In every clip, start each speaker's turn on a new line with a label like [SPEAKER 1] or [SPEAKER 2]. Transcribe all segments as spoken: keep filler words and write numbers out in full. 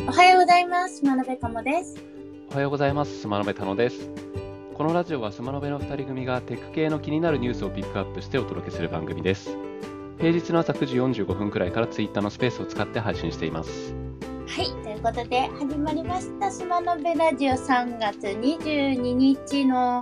[SPEAKER 1] おはようございます。真鍋かもです。
[SPEAKER 2] おはようございます。真鍋太郎です。このラジオはスマノベのふたり組がテック系の気になるニュースをピックアップしてお届けする番組です。平日の朝くじよんじゅうごふんくらいからツイッターのスペースを使って配信しています。
[SPEAKER 1] はい、ということで始まりましたスマノベラジオさんがつにじゅうににちの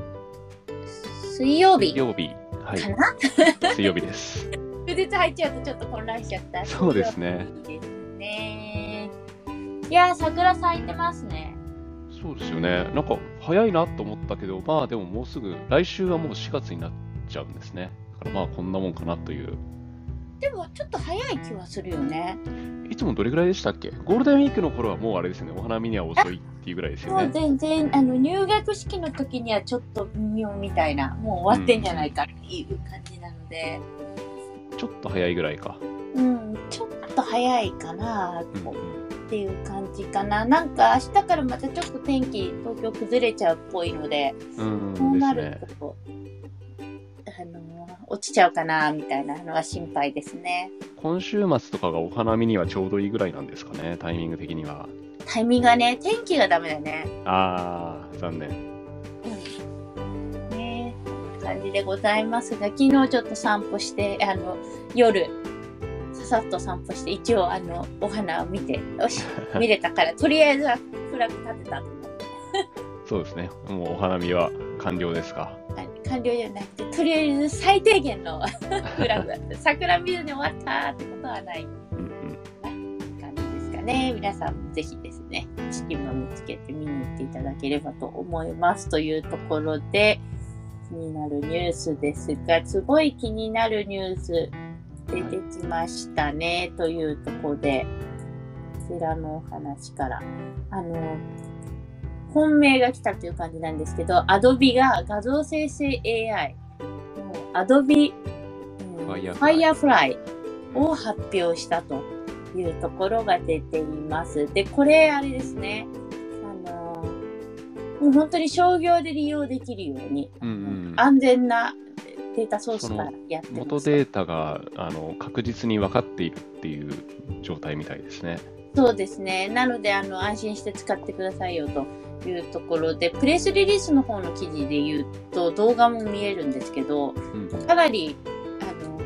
[SPEAKER 1] 水曜日
[SPEAKER 2] 水曜日、はい、
[SPEAKER 1] かな
[SPEAKER 2] 水曜日です。
[SPEAKER 1] 休日入っちゃうとちょっと混乱しちゃった。
[SPEAKER 2] そうですね。
[SPEAKER 1] いいですね。いやー、桜咲いてますね。
[SPEAKER 2] そうですよね。なんか早いなと思ったけど、まあでももうすぐ来週はもうしがつになっちゃうんですね。だからまあこんなもんかなという。
[SPEAKER 1] でもちょっと早い気はするよね。
[SPEAKER 2] いつもどれぐらいでしたっけ？ゴールデンウィークの頃はもうあれですよね。お花見には遅いっていうぐらいですよね。
[SPEAKER 1] もう全然あの入学式の時にはちょっと微妙みたいな、もう終わってんじゃないかっていう感じなので、
[SPEAKER 2] うん、ちょっと早いぐらいか。
[SPEAKER 1] うん、ちょっと早いかなと。
[SPEAKER 2] うんうん
[SPEAKER 1] っていう感じかな。なんか明日からまたちょっと天気東京崩れちゃうっぽいので、
[SPEAKER 2] うん
[SPEAKER 1] そうなる
[SPEAKER 2] ですね。
[SPEAKER 1] と、あの落ちちゃうかなみたいなのは心配ですね。
[SPEAKER 2] 今週末とかがお花見にはちょうどいいぐらいなんですかね、タイミング的には。
[SPEAKER 1] タイミングがね、天気がダメだね。
[SPEAKER 2] あー、残念。
[SPEAKER 1] うん。ねえ、感じでございますが、昨日ちょっと散歩して、あの夜ささっと散歩して一応あのお花を見て、よし見れたからとりあえずはフラグ立てたと思って。
[SPEAKER 2] そうですね。もうお花見は完了ですか。
[SPEAKER 1] 完了じゃなくて、とりあえず最低限のフラグだった。桜見ずに終わったってことはない
[SPEAKER 2] うん
[SPEAKER 1] 感じですかね。皆さんもぜひですね、チキンを見つけて見に行っていただければと思いますというところで、気になるニュースですが、すごい気になるニュース出てきましたね、というところで、こちらのお話から、あの、本命が来たという感じなんですけど、Adobe が画像生成 エーアイ の Adobe、うん、Firefly を発表したというところが出ています。で、これあれですね、あのー、もう本当に商業で利用できるように、
[SPEAKER 2] うんうん、
[SPEAKER 1] 安全なデータソースからやってます。
[SPEAKER 2] 元データがあの確実に分かっているっていう状態みたいですね。
[SPEAKER 1] そうですね。なのであの安心して使ってくださいよというところで、プレスリリースの方の記事で言うと動画も見えるんですけど、うん、かなりあの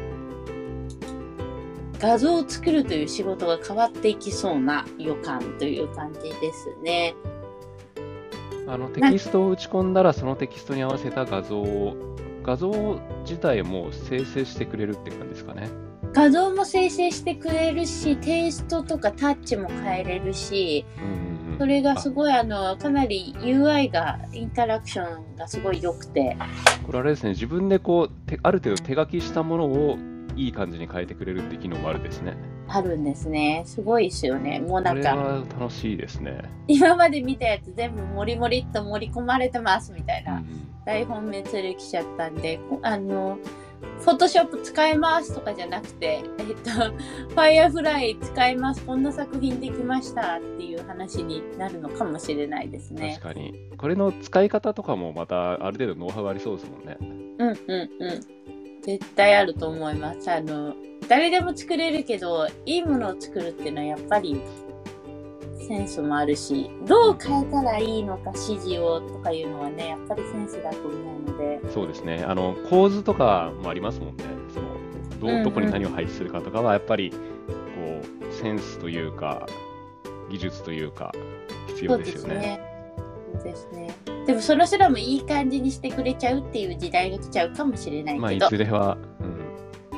[SPEAKER 1] 画像を作るという仕事が変わっていきそうな予感という感じですね。
[SPEAKER 2] あのテキストを打ち込んだらそのテキストに合わせた画像を画像自体も生成してくれるって感じですかね。
[SPEAKER 1] 画像も生成してくれるし、テイストとかタッチも変えれるし、うんうん、それがすごいあのかなり ユーアイ がインタラクションがすごい良くて、
[SPEAKER 2] これあれですね、自分でこうてある程度手書きしたものをいい感じに変えてくれるって機能もあるんですね。
[SPEAKER 1] あるんですね。すごいですよね。もうなんか
[SPEAKER 2] これは楽しいですね。
[SPEAKER 1] 今まで見たやつ全部モリモリっと盛り込まれてますみたいな、うん、大本命するきちゃったんで、あのフォトショップ使えますとかじゃなくて、えっと、ファイアフライ使えます、こんな作品できましたっていう話になるのかもしれないですね。
[SPEAKER 2] 確かに。これの使い方とかもまたある程度ノウハウありそうですもんね。
[SPEAKER 1] うんうんうん。絶対あると思います。あの、誰でも作れるけど、いいものを作るっていうのはやっぱりセンスもあるし、どう変えたらいいのか指示をとかいうのはね、やっぱりセンスだと思うので。
[SPEAKER 2] そうですね。あの構図とかもありますもんね。その ど, うどこに何を配置するかとかはやっぱりこうセンスというか技術というか必要ですよね。
[SPEAKER 1] そうですね。でもそれすらもいい感じにしてくれちゃうっていう時代が来ちゃうかもしれないけど。
[SPEAKER 2] まあいずれは。うん、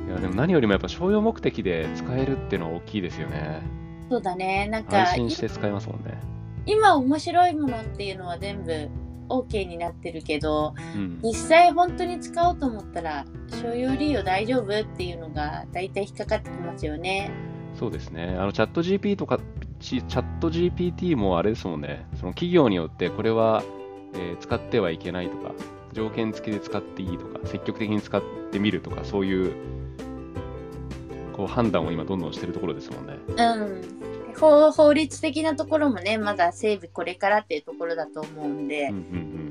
[SPEAKER 2] いやでも何よりもやっぱ商用目的で使えるっていうのは大きいですよね。
[SPEAKER 1] そうだね。なんか
[SPEAKER 2] 安心して使えますもんね。
[SPEAKER 1] 今面白いものっていうのは全部 OK になってるけど、うん、実際本当に使おうと思ったら商用利用大丈夫っていうのが大体引っかかってきますよね。
[SPEAKER 2] そうですね。あのチャット ジーピー とかチャット ジーピーティー もあれですもんね。その企業によってこれは、えー、使ってはいけないとか、条件付きで使っていいとか、積極的に使ってみるとか、そういうこう判断を今どんどんしてるところですもんね。
[SPEAKER 1] うん。法, 法律的なところもね、まだ整備これからっていうところだと思うんで、うんうんうん、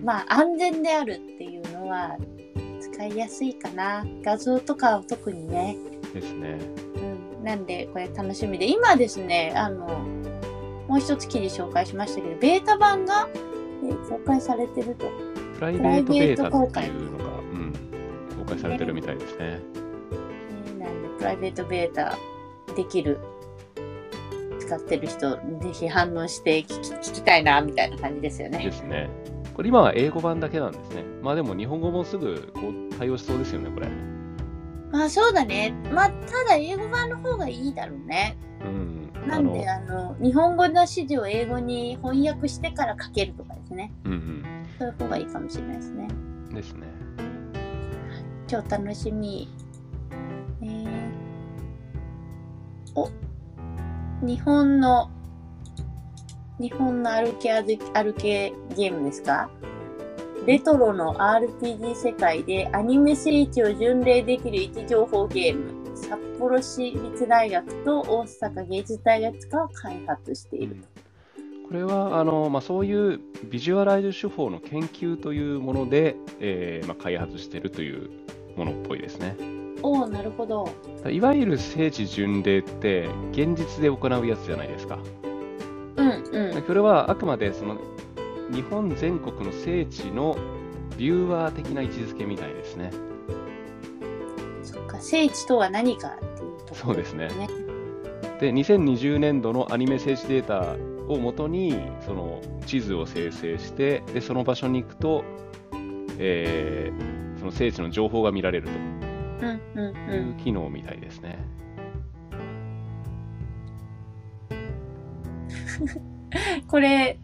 [SPEAKER 1] まあ安全であるっていうのは使いやすいかな。画像とかは特にね。
[SPEAKER 2] ですね。
[SPEAKER 1] うん、 なんでこれ楽しみで、今ですね、あのもう一つ記事紹介しましたけど、ベータ版が、えー、公開されてると。
[SPEAKER 2] プライベートベータっていうのが、うん、公開されてるみたいですね。
[SPEAKER 1] ね、なんでプライベートベータできる使ってる人、ぜひ反応して聞き、聞きたいなみたいな感じですよね。
[SPEAKER 2] ですね。これ今は英語版だけなんですね。まあでも日本語もすぐこう対応しそうですよね、これ。
[SPEAKER 1] まあそうだね。まあただ英語版の方がいいだろうね。
[SPEAKER 2] うん。
[SPEAKER 1] なんであの日本語の指示を英語に翻訳してから書けるとかですね。うんうん。そういう方がいいかもしれないですね。
[SPEAKER 2] ですね。
[SPEAKER 1] 超楽しみ。えー、お、日本の日本の歩け歩けゲームですか？レトロの アールピージー 世界でアニメ聖地を巡礼できる位置情報ゲーム。札幌市立大学と大阪芸術大学が開発していると。
[SPEAKER 2] これはあの、まあ、そういうビジュアライズ手法の研究というもので、えーまあ、開発しているというものっぽいですね。
[SPEAKER 1] おー、なるほど。
[SPEAKER 2] いわゆる聖地巡礼って現実で行うやつじゃないですか。
[SPEAKER 1] うんうん。
[SPEAKER 2] これはあくまでその日本全国の聖地のビューワー的な位置づけみたいですね。
[SPEAKER 1] そっか、聖地とは何かっていうところですね。
[SPEAKER 2] そうですね。で、にせんにじゅうねんどのアニメ聖地データをもとにその地図を生成して、でその場所に行くと、えー、その聖地の情報が見られるという機能みたいですね。
[SPEAKER 1] これ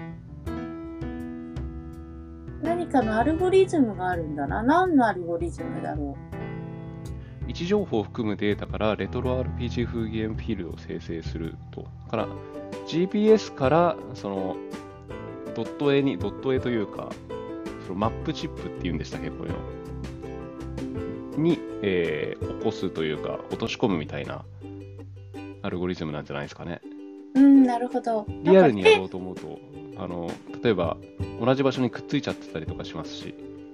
[SPEAKER 1] 何かのアルゴリズムがあるんだな。何のアルゴリズムだろ
[SPEAKER 2] う。位置情報を含むデータからレトロ アールピージー 風ゲームフィールドを生成すると。から ジーピーエス からそのドット絵にドット絵というかそのマップチップっていうんでしたっけ、こういうのに、えー、起こすというか落とし込むみたいなアルゴリズムなんじゃないですかね。
[SPEAKER 1] うん、なるほど。
[SPEAKER 2] リアルにやろうと思うと、あの例えば同じ場所にくっついちゃってたりとかしますし、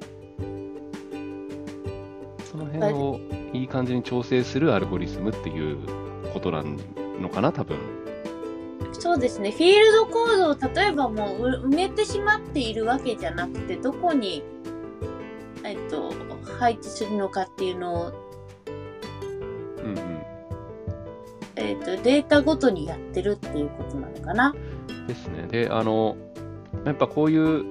[SPEAKER 2] その辺をいい感じに調整するアルゴリズムっていうことなのかな、多分。
[SPEAKER 1] そうですね。フィールドコードを例えばもう埋めてしまっているわけじゃなくて、どこに、えっと、配置するのかっていうのを、
[SPEAKER 2] うんうん、
[SPEAKER 1] えっと、データごとにやってるっていうことなのかな。
[SPEAKER 2] ですね。で、あの、やっぱこういう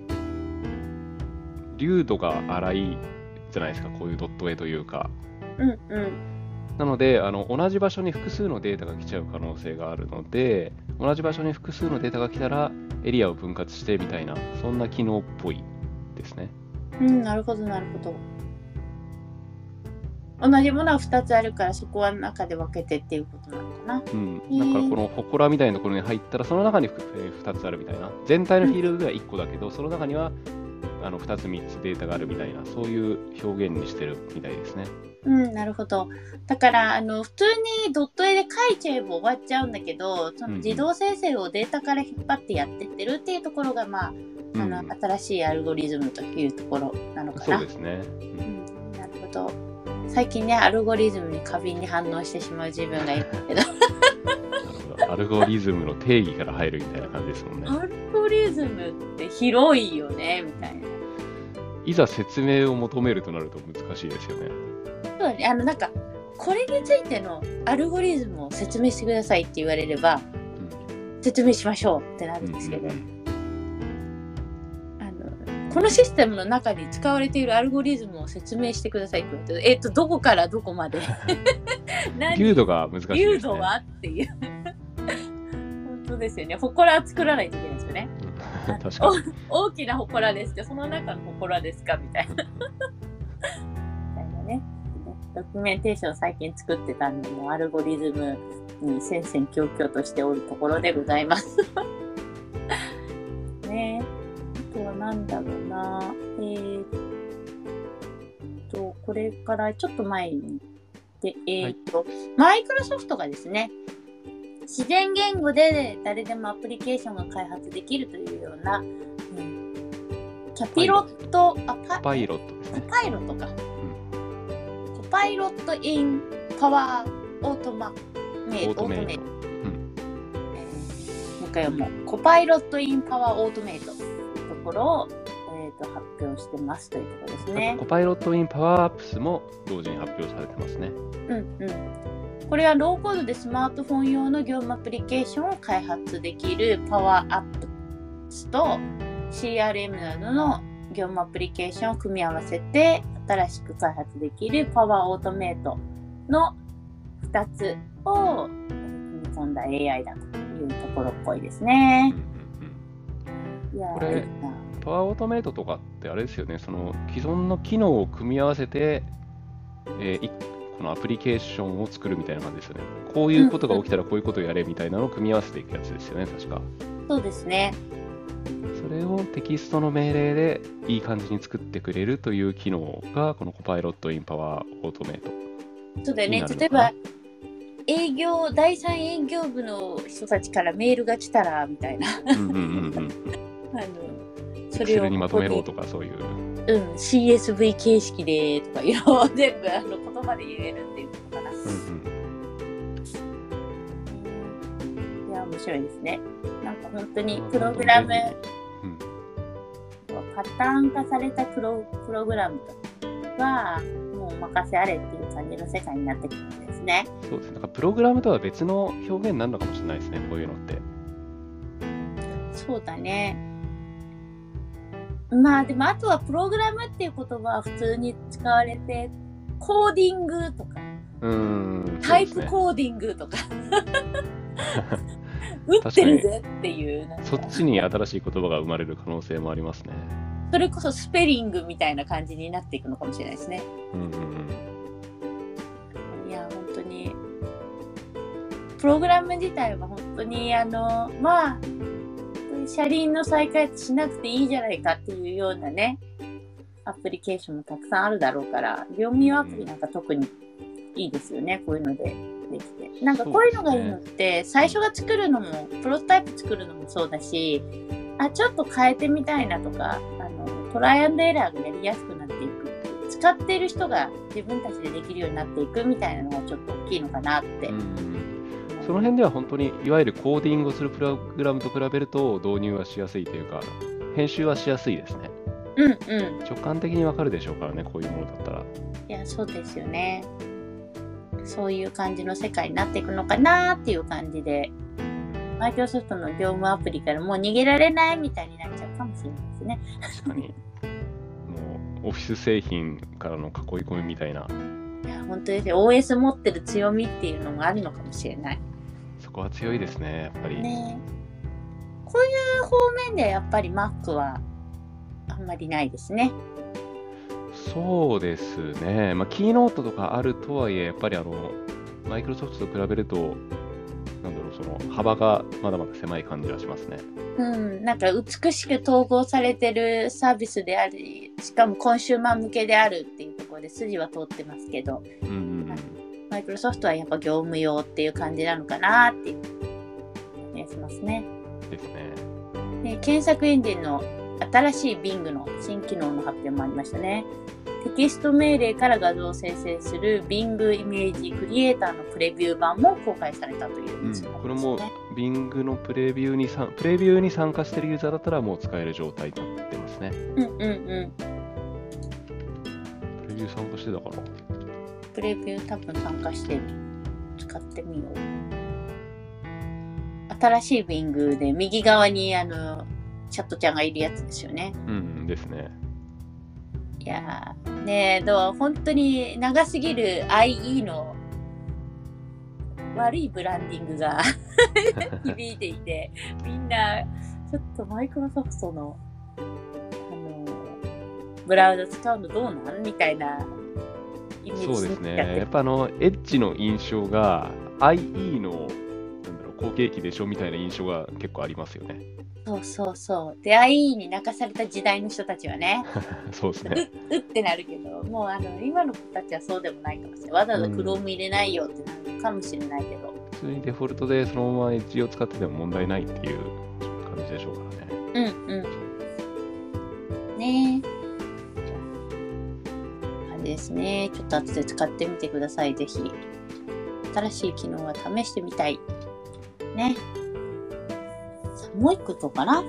[SPEAKER 2] 流度が荒いじゃないですか、こういうドット絵というか。
[SPEAKER 1] うんうん。
[SPEAKER 2] なのであの、同じ場所に複数のデータが来ちゃう可能性があるので、同じ場所に複数のデータが来たらエリアを分割してみたいな、そんな機能っぽいですね。
[SPEAKER 1] うん、なるほど、なるほど。同じものはふたつあるから、そこは中で分けてっていうことなのかな。
[SPEAKER 2] うん。だからこの祠みたいなところに入ったら、その中にふたつあるみたいな。全体のフィールドではいっこだけど、うん、その中にはあのふたつみっつデータがあるみたいな、そういう表現にしてるみたいですね。
[SPEAKER 1] うん、なるほど。だからあの普通にドット絵で書いちゃえば終わっちゃうんだけど、その自動生成をデータから引っ張ってやってってるっていうところが、まあ、うん、あの新しいアルゴリズムというところなのかな。
[SPEAKER 2] そうですね。
[SPEAKER 1] うん、なるほど。最近ね、アルゴリズムに過敏に反応してしまう自分がいるけど。
[SPEAKER 2] なるほど。アルゴリズムの定義から入るみたいな感じですもんね。
[SPEAKER 1] アルゴリズムって広いよねみたいな。
[SPEAKER 2] いざ説明を求めるとなると難しいですよね。
[SPEAKER 1] そうね、あのなんかこれについてのアルゴリズムを説明してくださいって言われれば、うん、説明しましょうってなるんですけど、うんうんうん、あのこのシステムの中に使われているアルゴリズムを説明してくださいって言われて、えっとどこからどこまで
[SPEAKER 2] 流度が難しいですね。
[SPEAKER 1] 流度はっていう本当ですよね。祠を作らないといけないですよね。
[SPEAKER 2] 確かに
[SPEAKER 1] 大きな祠ですけど、その中の祠ですかみたいなみたいなね。ドキュメンテーションを最近作ってたんで、もうアルゴリズムに戦々恐々としておるところでございますね。あとはなんだろうな、えー、っとこれからちょっと前にでえー、っと、はい、マイクロソフトがですね、自然言語で誰でもアプリケーションが開発できるというような、うん、キャピロット、あパ
[SPEAKER 2] パイロットですね。
[SPEAKER 1] パイロットか。パイロットインパワーオートマメイト、
[SPEAKER 2] オートメイト。うん。
[SPEAKER 1] えーもう一回読もう。コパイロットインパワーオートメイトというところを、えー、と発表してますというところですね。
[SPEAKER 2] コパイロットインパワーアップスも同時に発表されてますね。
[SPEAKER 1] うんうん。これはローコードでスマートフォン用の業務アプリケーションを開発できるパワーアップスと シーアールエム などの業務アプリケーションを組み合わせて新しく開発できるパワーオートメイトのふたつを組み込んだ エーアイ だというところっぽいですね。
[SPEAKER 2] うんうんうん、
[SPEAKER 1] いや
[SPEAKER 2] これパワーオートメイトとかってあれですよね、その既存の機能を組み合わせて、えー、このアプリケーションを作るみたいな感じですよね。こういうことが起きたらこういうことをやれみたいなのを組み合わせていくやつですよね、確か。
[SPEAKER 1] そうですね。
[SPEAKER 2] それをテキストの命令でいい感じに作ってくれるという機能がこのコパイロットインパワーオートメイト。
[SPEAKER 1] そうだよね。例えば営業第三営業部の人たちからメールが来たらみたいな。うんうんうんうん。あの
[SPEAKER 2] それをにまとめろとかそういう。
[SPEAKER 1] うん、シーエスブイ 形式でとかいうのを全部あの言葉で言えるっていうことかな。うんうん、いや面白いですね。なんか本当にプログラム、うん、パターン化されたプロ、プログラムはもうお任せあれっていう感じの世界になってくるんですね。
[SPEAKER 2] そうですね。なんかプログラムとは別の表現になるのかもしれないですね。こういうのって。
[SPEAKER 1] そうだね。まあでもあとはプログラムっていう言葉は普通に使われてコーディングとか
[SPEAKER 2] うーん、
[SPEAKER 1] タイプコーディングとか打ってるぜっていうなんか
[SPEAKER 2] そっちに新しい言葉が生まれる可能性もありますね。
[SPEAKER 1] それこそスペリングみたいな感じになっていくのかもしれないですね。
[SPEAKER 2] うんうん
[SPEAKER 1] うん、いや本当にプログラム自体は本当にあのまあ車輪の再開発しなくていいじゃないかっていうようなねアプリケーションもたくさんあるだろうから業務用アプリなんか特にいいですよね、こういうのでできてなんかこういうのがいいのって、ね、最初が作るのもプロトタイプ作るのもそうだしあちょっと変えてみたいなとかあのトライアンドエラーがやりやすくなっていく使っている人が自分たちでできるようになっていくみたいなのがちょっと大きいのかなって、うん
[SPEAKER 2] その辺では本当にいわゆるコーディングをするプログラムと比べると導入はしやすいというか編集はしやすいですね。
[SPEAKER 1] うんうん。
[SPEAKER 2] 直感的にわかるでしょうからねこういうものだったら。
[SPEAKER 1] いやそうですよね。そういう感じの世界になっていくのかなっていう感じでマイクロソフトの業務アプリからもう逃げられないみたいになっちゃうかもしれないですね。
[SPEAKER 2] 確かに。もうオフィス製品からの囲い込みみたいな。
[SPEAKER 1] いや本当ですよ。オーエス 持ってる強みっていうのもあるのかもしれない。
[SPEAKER 2] そこは強いですね、やっぱり。
[SPEAKER 1] ね、こういう方面ではやっぱり Mac はあんまりないですね。
[SPEAKER 2] そうですね。まあ、キーノートとかあるとはいえ、やっぱりあの、マイクロソフトと比べると、なんだろう、その幅がまだまだ狭い感じはしますね。
[SPEAKER 1] うん、なんか美しく統合されてるサービスであり、しかもコンシューマー向けであるっていうところで筋は通ってますけど、
[SPEAKER 2] うんうん、
[SPEAKER 1] マイクロソフトはやっぱ業務用っていう感じなのかなっていう気がしますね。
[SPEAKER 2] ですね。
[SPEAKER 1] で、検索エンジンの新しい Bing の新機能の発表もありましたね。テキスト命令から画像を生成する Bing イメージクリエイターのプレビュー版も公開されたというニュースもありますね。
[SPEAKER 2] うん、これも Bing のプレビューにプレビューに参加しているユーザーだったらもう使える状態になってますね。
[SPEAKER 1] うんうんうん。
[SPEAKER 2] プレビュー参加してたかな。
[SPEAKER 1] プレビュー多分参加してる。使ってみよう。新しい Bing で右側にあのチャットちゃんがいるやつですよね。
[SPEAKER 2] うんですね。
[SPEAKER 1] いやーねえどう本当に長すぎる アイイー の悪いブランディングが響いていてみんなちょっとマイクロソフトのあのブラウザ使うのどうなんみたいなイメージ。
[SPEAKER 2] そうですね。やっぱあのエッジの印象が アイイー のなんだろう後継機でしょみたいな印象が結構ありますよね。
[SPEAKER 1] そうそうそう。で アイイー に泣かされた時代の人たちはね
[SPEAKER 2] そうですね。
[SPEAKER 1] う, うってなるけどもうあの今の子たちはそうでもないかもしれない。わざわざ Chrome 入れないよってなるかもしれないけど、
[SPEAKER 2] 普通にデフォルトでそのままエッジを使ってても問題ないっていう感じでしょうからね。
[SPEAKER 1] うんうんねえ感じですね。ちょっと後で使ってみてくださいぜひ。 新しい機能は試してみたい。ね。さあもう一個どうかな。
[SPEAKER 2] はい。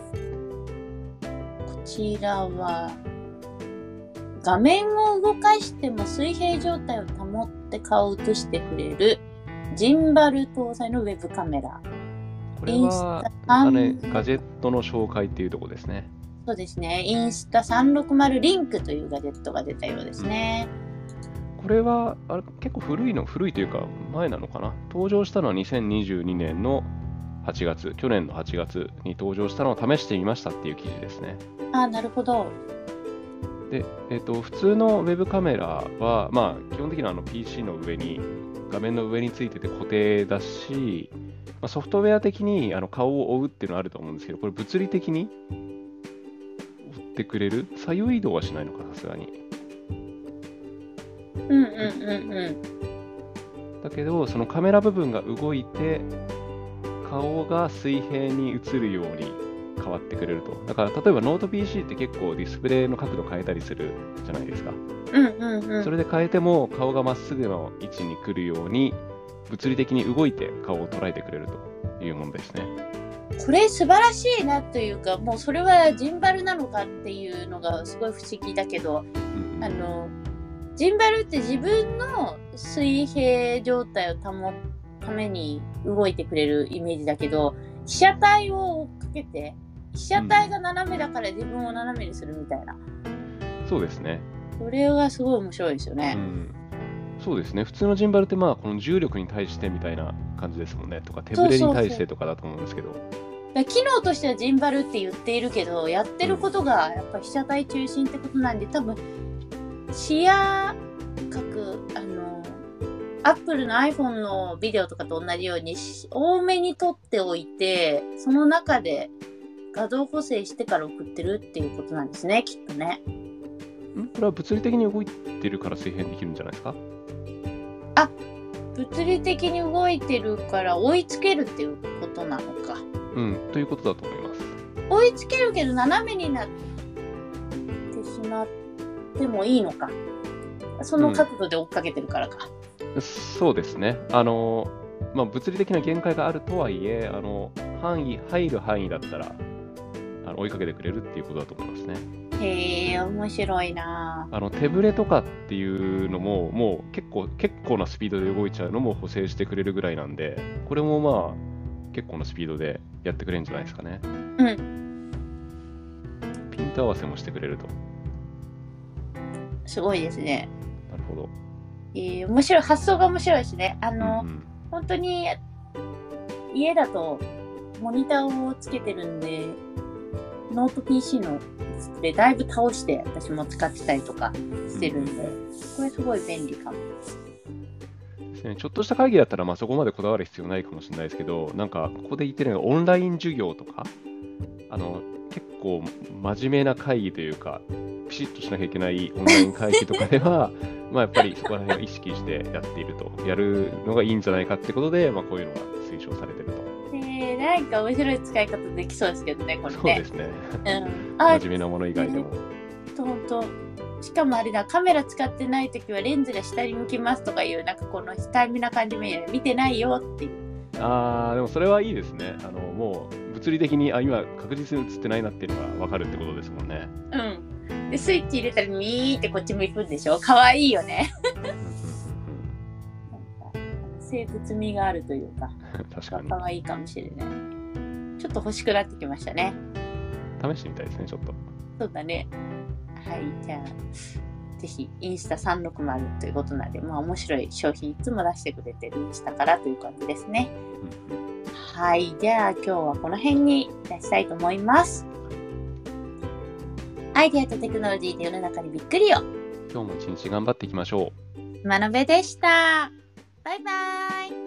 [SPEAKER 1] こちらは、画面を動かしても水平状態を保って顔を映してくれるジンバル搭載のウェブカメラ。
[SPEAKER 2] これは、あれ、ガジェットの紹介っていうところですね。
[SPEAKER 1] そうですね。インスタさんろくまるリンクというガジェットが出たようですね。
[SPEAKER 2] これはあれ結構古いの、古いというか前なのかな。登場したのはにせんにじゅうにねんのはちがつ、去年のはちがつに登場したのを試してみましたっていう記事ですね。
[SPEAKER 1] ああ、なるほど。
[SPEAKER 2] で、えっと、普通のウェブカメラは、まあ、基本的にはあの ピーシー の上に、画面の上についてて固定だし、まあ、ソフトウェア的にあの顔を覆うっていうのはあると思うんですけど、これ物理的に覆ってくれる？左右移動はしないのか、さすがに。
[SPEAKER 1] うんうんうんうん。
[SPEAKER 2] だけど、そのカメラ部分が動いて、顔が水平に映るように変わってくれると。だから、例えばノート ピーシー って結構ディスプレイの角度変えたりするじゃないですか。
[SPEAKER 1] うんうんうん。
[SPEAKER 2] それで変えても顔がまっすぐの位置に来るように、物理的に動いて顔を捉えてくれるというものですね。
[SPEAKER 1] これ素晴らしいなというか、もうそれはジンバルなのかっていうのがすごい不思議だけど、うん、あの、ジンバルって自分の水平状態を保つために動いてくれるイメージだけど、被写体を追っかけて、被写体が斜めだから自分を斜めにするみたいな。
[SPEAKER 2] うん、そうですね。
[SPEAKER 1] それがすごい面白いですよね。
[SPEAKER 2] うん、そうですね。普通のジンバルってまあこの重力に対してみたいな感じですもんね。とか手ぶれに対してとかだと思うんですけど。
[SPEAKER 1] そうそうそう。機能としてはジンバルって言っているけど、やってることがやっぱ被写体中心ってことなんで、多分視野角、あの、アップルの iPhone のビデオとかと同じように多めに撮っておいて、その中で画像補正してから送ってるっていうことなんですね、きっとね。
[SPEAKER 2] んこれは物理的に動いてるから水平できるんじゃないですか？
[SPEAKER 1] あ、物理的に動いてるから追いつけるっていうことなのか。
[SPEAKER 2] うん、ということだと思います。
[SPEAKER 1] 追いつけるけど斜めになってしまってもいいのか。その角度で追っかけてるからか。
[SPEAKER 2] うん、そうですね。あの、まあ、物理的な限界があるとはいえ、あの範囲、入る範囲だったらあの追いかけてくれるっていうことだと思いますね。
[SPEAKER 1] へえ、面白いな。
[SPEAKER 2] あの手ぶれとかっていうのも、もう結構、結構なスピードで動いちゃうのも補正してくれるぐらいなんで、これもまあ、結構なスピードでやってくれるんじゃないですかね。
[SPEAKER 1] うん。
[SPEAKER 2] ピント合わせもしてくれると。
[SPEAKER 1] すごいですね。
[SPEAKER 2] なるほど。
[SPEAKER 1] えー、面白い。発想が面白いですね。あの、うんうん、本当に家だとモニターをつけてるんで、ノート ピーシー のでだいぶ倒して私も使ってたりとかしてるんで、うん、これすごい便利かも
[SPEAKER 2] ですね。ちょっとした会議だったらまあそこまでこだわる必要ないかもしれないですけど、なんかここで言ってるのがオンライン授業とか、あの結構真面目な会議というか、ピシッとしなきゃいけないオンライン会議とかでは、まあやっぱりそこら辺を意識してやっていると、やるのがいいんじゃないかってことで、まあこういうのが推奨されてると。
[SPEAKER 1] えー、なんか面白い使い方できそうですけどね、これね。
[SPEAKER 2] そうですね。
[SPEAKER 1] うん、
[SPEAKER 2] 真面目なもの以外でも。
[SPEAKER 1] 本当。しかもあれだ、カメラ使ってないときはレンズが下に向きますとかいう、なんかこの控えめな感じも見てないよっていう。
[SPEAKER 2] ああ、でもそれはいいですね。あの、もう物理的に、あ、今確実に映ってないなっていうのが分かるってことですもんね。
[SPEAKER 1] うん。で、スイッチ入れたらミーってこっち向くんでしょ？かわいいよね。生物味があるというか、
[SPEAKER 2] 確かに
[SPEAKER 1] かわいいかもしれない。ちょっと欲しくなってきましたね。
[SPEAKER 2] 試してみたいですね、ちょっと。
[SPEAKER 1] そうだね。はい、じゃあ、ぜひ、インスタさんろくまるということなんで、まあ面白い商品いつも出してくれてるインスタからという感じですね。うん、はい、じゃあ今日はこの辺に出したいと思います。アイデアとテクノロジーで世の中にびっくりよ。
[SPEAKER 2] 今日も一日頑張っていきましょう。
[SPEAKER 1] まなべでした。バイバーイ。